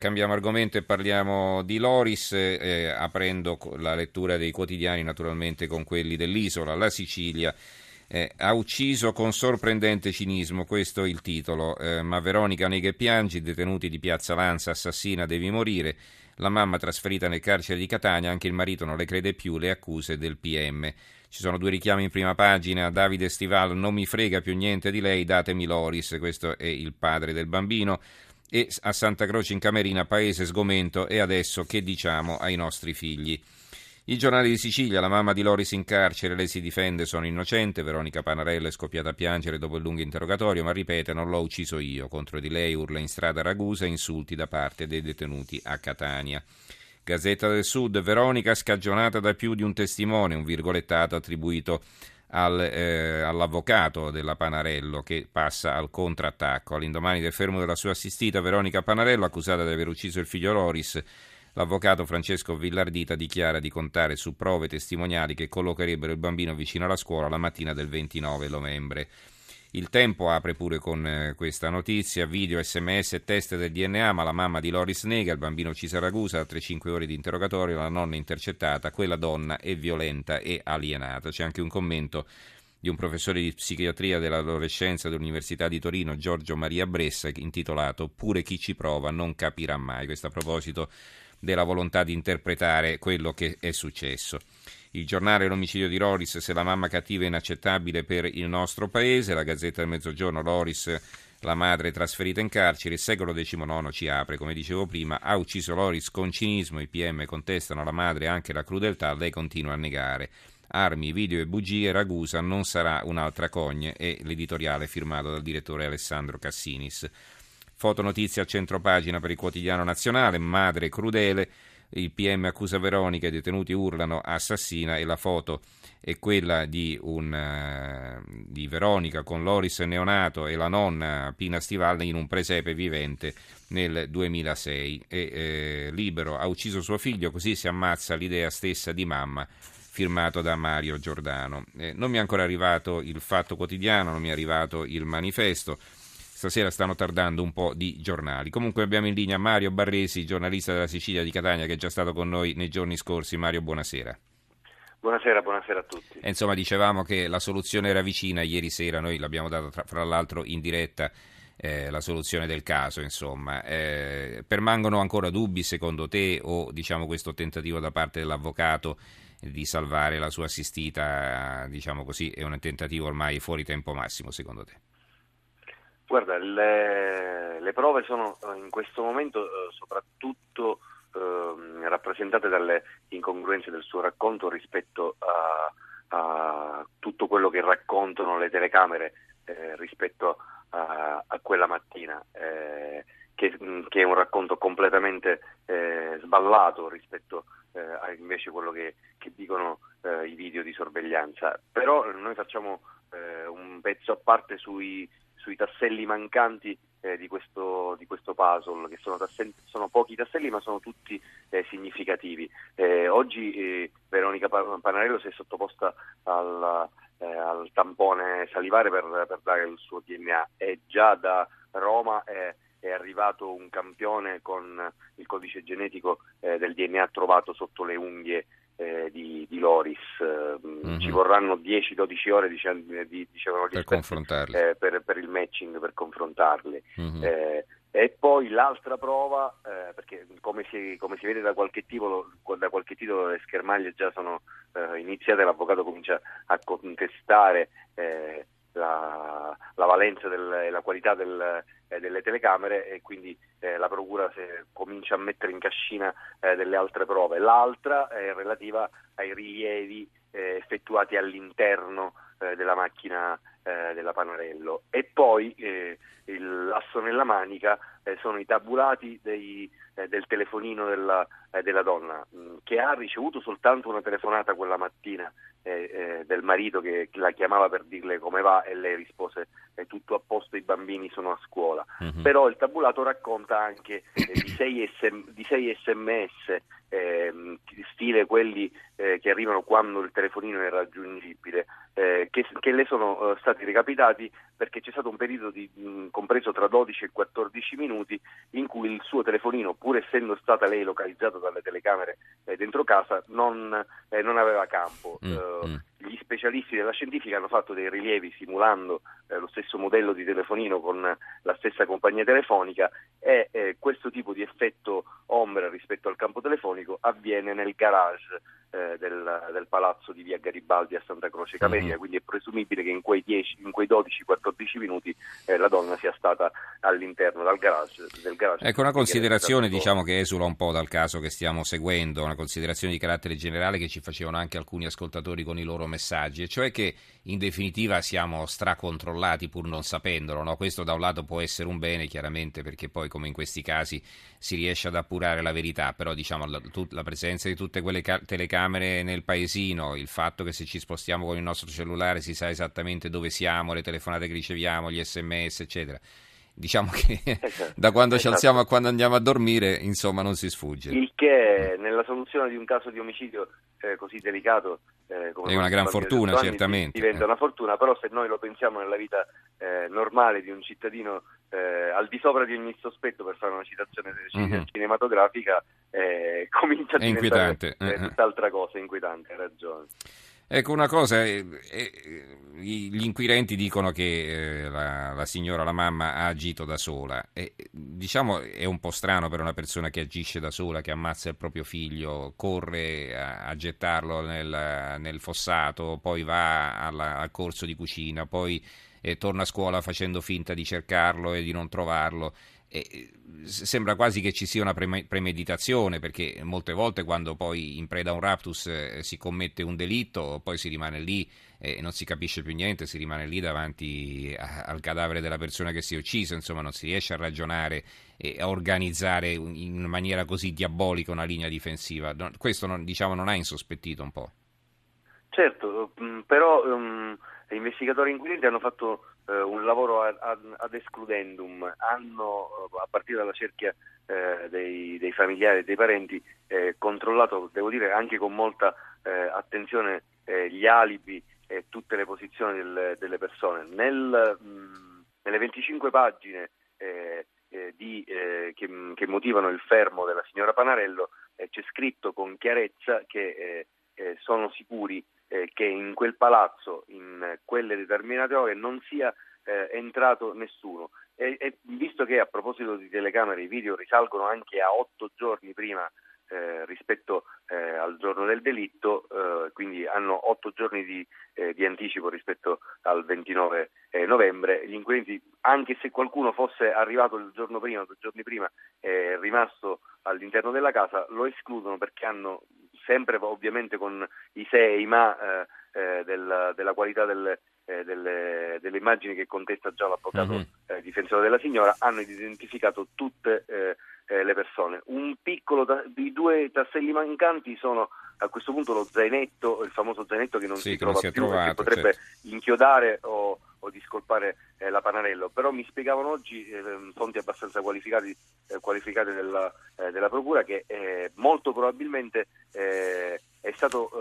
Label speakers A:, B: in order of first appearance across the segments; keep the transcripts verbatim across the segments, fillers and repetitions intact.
A: Cambiamo argomento e parliamo di Loris, eh, aprendo co- la lettura dei quotidiani naturalmente con quelli dell'isola. La Sicilia eh, ha ucciso con sorprendente cinismo, questo è il titolo. Eh, ma Veronica nega e piange, i detenuti di Piazza Lanza, assassina, devi morire. La mamma trasferita nel carcere di Catania, anche il marito non le crede più, le accuse del P M. Ci sono due richiami in prima pagina. Davide Stival, non mi frega più niente di lei, datemi Loris, questo è il padre del bambino. E a Santa Croce in Camerina, paese sgomento, e adesso che diciamo ai nostri figli? I giornali di Sicilia, la mamma di Loris in carcere, lei si difende, sono innocente, Veronica Panarello è scoppiata a piangere dopo il lungo interrogatorio, ma ripete non l'ho ucciso io, contro di lei urla in strada Ragusa, insulti da parte dei detenuti a Catania. Gazzetta del Sud, Veronica scagionata da più di un testimone, un virgolettato attribuito Al, eh, all'avvocato della Panarello che passa al contrattacco. All'indomani del fermo della sua assistita Veronica Panarello, accusata di aver ucciso il figlio Loris, l'avvocato Francesco Villardita dichiara di contare su prove testimoniali che collocherebbero il bambino vicino alla scuola la mattina del ventinove novembre. Il Tempo apre pure con eh, questa notizia, video, sms e test del D N A, ma la mamma di Loris nega, il bambino ucciso a Ragusa, altre cinque ore di interrogatorio, la nonna intercettata, quella donna è violenta e alienata. C'è anche un commento di un professore di psichiatria dell'adolescenza dell'Università di Torino, Giorgio Maria Bressa, intitolato Pure chi ci prova non capirà mai, questo a proposito della volontà di interpretare quello che è successo. Il giornale L'omicidio di Loris, se la mamma cattiva è inaccettabile per il nostro paese, la Gazzetta del Mezzogiorno, Loris, la madre trasferita in carcere, il secolo diciannove ci apre, come dicevo prima, ha ucciso Loris con cinismo, i P M contestano alla madre anche la crudeltà, lei continua a negare. Armi, video e bugie, Ragusa non sarà un'altra Cogne, è l'editoriale firmato dal direttore Alessandro Cassinis. Fotonotizia a centropagina per il quotidiano nazionale, madre crudele, il P M accusa Veronica, i detenuti urlano assassina e la foto è quella di, un, uh, di Veronica con Loris neonato e la nonna Pina Stivalli in un presepe vivente nel duemilasei. E, eh, Libero ha ucciso suo figlio, così si ammazza l'idea stessa di mamma, firmato da Mario Giordano. Eh, non mi è ancora arrivato il Fatto Quotidiano, non mi è arrivato il Manifesto. Stasera stanno tardando un po' di giornali. Comunque abbiamo in linea Mario Barresi, giornalista della Sicilia di Catania, che è già stato con noi nei giorni scorsi. Mario, buonasera.
B: Buonasera, buonasera a tutti.
A: E insomma, dicevamo che la soluzione era vicina. Ieri sera noi l'abbiamo data, tra, fra l'altro, in diretta, eh, la soluzione del caso. Insomma, eh, permangono ancora dubbi secondo te o diciamo questo tentativo da parte dell'avvocato di salvare la sua assistita, diciamo così, è un tentativo ormai fuori tempo massimo secondo te?
B: Guarda, le, le prove sono in questo momento eh, soprattutto eh, rappresentate dalle incongruenze del suo racconto rispetto a, a tutto quello che raccontano le telecamere eh, rispetto a, a quella mattina, eh, che, che è un racconto completamente eh, sballato rispetto eh, a invece quello che, che dicono eh, i video di sorveglianza. Però noi facciamo eh, un pezzo a parte sui sui tasselli mancanti eh, di questo di questo puzzle, che sono, tasselli, sono pochi tasselli ma sono tutti eh, significativi. Eh, oggi eh, Veronica Panarello si è sottoposta al, eh, al tampone salivare per, per dare il suo D N A e già da Roma è, è arrivato un campione con il codice genetico eh, del D N A trovato sotto le unghie Eh, di, di Loris. Mm-hmm. Ci vorranno dieci dodici ore dicevano, dicevano gli
A: per
B: esperti,
A: confrontarli
B: eh, per, per il matching, per confrontarli.
A: Mm-hmm.
B: eh, e poi l'altra prova, eh, perché come si, come si vede da qualche titolo, da qualche titolo le schermaglie già sono eh, iniziate, l'avvocato comincia a contestare eh, la, la valenza del, e la qualità del, eh, delle telecamere, e quindi eh, la procura se, comincia a mettere in cascina eh, delle altre prove. L'altra è relativa ai rilievi eh, effettuati all'interno eh, della macchina eh, della Panarello. E poi eh, il l'asso nella manica eh, sono i tabulati dei, eh, del telefonino della, eh, della donna, mh, che ha ricevuto soltanto una telefonata quella mattina eh, eh, del marito che la chiamava per dirle come va, e lei rispose è tutto a posto, i bambini sono a scuola. Mm-hmm. Però il tabulato racconta anche eh, di sei sms eh, stile quelli eh, che arrivano quando il telefonino è raggiungibile, eh, che, che le sono eh, stati recapitati perché c'è stato un periodo di, mh, compreso tra dodici e quattordici minuti in cui il suo telefonino, pur essendo stata lei localizzata dalle telecamere eh, dentro casa, non, eh, non aveva campo.
A: Mm,
B: eh,
A: mm.
B: Gli specialisti della scientifica hanno fatto dei rilievi simulando eh, lo stesso modello di telefonino con la stessa compagnia telefonica e eh, questo tipo di effetto ombra rispetto al campo telefonico avviene nel garage eh, del, del palazzo di via Garibaldi a Santa Croce Cameria, mm-hmm. quindi è presumibile che in quei, dieci, in quei dodici quattordici minuti eh, la donna sia stata all'interno del garage, del garage.
A: Ecco, una considerazione diciamo che esula un po' dal caso che stiamo seguendo, una considerazione di carattere generale che ci facevano anche alcuni ascoltatori con i loro messaggi, e cioè che in definitiva siamo stracontrollati pur non sapendolo, no? Questo da un lato può essere un bene chiaramente, perché poi come in questi casi si riesce ad appurare la verità, però diciamo la, tut, la presenza di tutte quelle ca- telecamere nel paesino, il fatto che se ci spostiamo con il nostro cellulare si sa esattamente dove siamo, le telefonate che riceviamo, gli sms eccetera, diciamo che esatto, da quando esatto. ci alziamo a quando andiamo a dormire insomma non si sfugge, il
B: che nella soluzione di un caso di omicidio eh, così delicato eh, come
A: è una gran fortuna certamente,
B: diventa
A: eh.
B: una fortuna, però se noi lo pensiamo nella vita eh, normale di un cittadino eh, al di sopra di ogni sospetto, per fare una citazione mm-hmm. cinematografica, eh, comincia a
A: è
B: diventare
A: inquietante.
B: eh, tutt'altra cosa, inquietante, hai ragione.
A: Ecco, una cosa, eh, eh, gli inquirenti dicono che eh, la, la signora, la mamma, ha agito da sola. E, diciamo è un po' strano per una persona che agisce da sola, che ammazza il proprio figlio, corre a, a gettarlo nel, nel fossato, poi va alla, al corso di cucina, poi eh, torna a scuola facendo finta di cercarlo e di non trovarlo. E sembra quasi che ci sia una premeditazione, perché molte volte quando poi in preda a un raptus eh, si commette un delitto, poi si rimane lì e eh, non si capisce più niente, si rimane lì davanti a, al cadavere della persona che si è uccisa, insomma non si riesce a ragionare e a organizzare in maniera così diabolica una linea difensiva. Questo non, diciamo, non ha insospettito un po'?
B: Certo, però um, gli investigatori inquirenti hanno fatto uh, un lavoro ad, ad escludendum, hanno a partire dalla cerchia eh, dei, dei familiari e dei parenti eh, controllato, devo dire anche con molta eh, attenzione, eh, gli alibi e tutte le posizioni del, delle persone. Nel, mh, nelle venticinque pagine eh, eh, di, eh, che, che motivano il fermo della signora Panarello eh, c'è scritto con chiarezza che eh, eh, sono sicuri eh, che in quel palazzo, in quelle determinate ore, non sia eh, entrato nessuno. E, e visto che a proposito di telecamere i video risalgono anche a otto giorni prima eh, rispetto eh, al giorno del delitto, eh, quindi hanno otto giorni di, eh, di anticipo rispetto al ventinove eh, novembre, gli inquirenti, anche se qualcuno fosse arrivato il giorno prima, due giorni prima, è rimasto all'interno della casa, lo escludono perché hanno sempre, ovviamente con i se e i ma eh, eh, del, della qualità del, eh, delle, delle immagini che contesta già l'avvocato mm-hmm. eh, difensore della signora, hanno identificato tutte eh, eh, le persone. Un piccolo ta- i due tasselli mancanti sono a questo punto lo zainetto, il famoso zainetto che non
A: sì,
B: si
A: che
B: trova
A: non si
B: più,
A: trovato,
B: che potrebbe
A: certo.
B: inchiodare o, o discolpare eh, la Panarello, però mi spiegavano oggi eh, fonti abbastanza qualificati, eh, qualificate della, eh, della procura che eh, molto probabilmente eh, è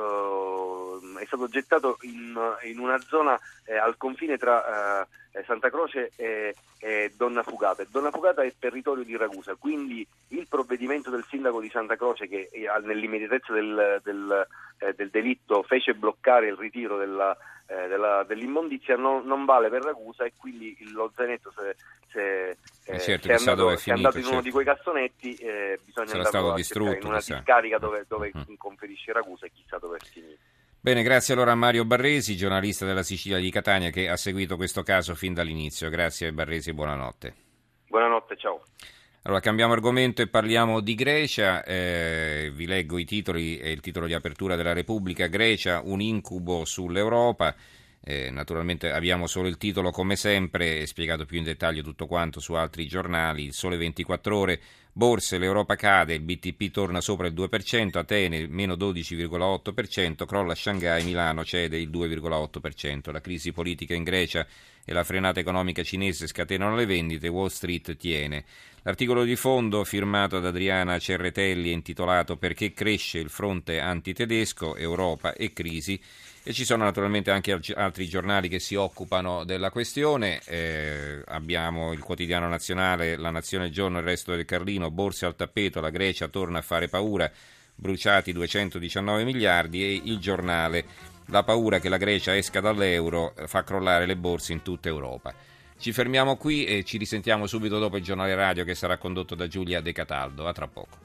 B: stato eh, è stato gettato in, in una zona eh, al confine tra eh, Santa Croce e, e Donna Fugata. Donna Fugata è territorio di Ragusa, quindi il provvedimento del sindaco di Santa Croce, che eh, nell'immediatezza del, del, eh, del delitto fece bloccare il ritiro della, eh, della, dell'immondizia, non, non vale per Ragusa, e quindi lo zainetto se, se, eh,
A: certo,
B: se è andato,
A: dove è
B: se è
A: finito,
B: andato in uno
A: certo.
B: di quei cassonetti, eh, bisogna
A: Sarà
B: andarlo
A: stato
B: a
A: distrutto,
B: cercare in una
A: chissà.
B: discarica dove, dove
A: Mm.
B: conferisce Ragusa e chissà dove è finito.
A: Bene, grazie allora a Mario Barresi, giornalista della Sicilia di Catania, che ha seguito questo caso fin dall'inizio. Grazie Barresi e buonanotte.
B: Buonanotte, ciao.
A: Allora cambiamo argomento e parliamo di Grecia. Eh, vi leggo i titoli e il titolo di apertura della Repubblica. Grecia, un incubo sull'Europa. Eh, naturalmente abbiamo solo il titolo come sempre, spiegato più in dettaglio tutto quanto su altri giornali. Il Sole ventiquattro Ore, borse, l'Europa cade, il B T P torna sopra il due per cento, Atene meno dodici virgola otto per cento, crolla Shanghai, Milano cede il due virgola otto per cento. La crisi politica in Grecia e la frenata economica cinese scatenano le vendite, Wall Street tiene. La L'articolo di fondo, firmato da Adriana Cerretelli, è intitolato "Perché cresce il fronte antitedesco, Europa e crisi", e ci sono naturalmente anche altri giornali che si occupano della questione. Eh, abbiamo il Quotidiano Nazionale, La Nazione, Il Giorno, Il Resto del Carlino, borse al tappeto, la Grecia torna a fare paura, bruciati duecentodiciannove miliardi, e Il Giornale, la paura che la Grecia esca dall'euro fa crollare le borse in tutta Europa. Ci fermiamo qui e ci risentiamo subito dopo il giornale radio, che sarà condotto da Giulia De Cataldo. A tra poco.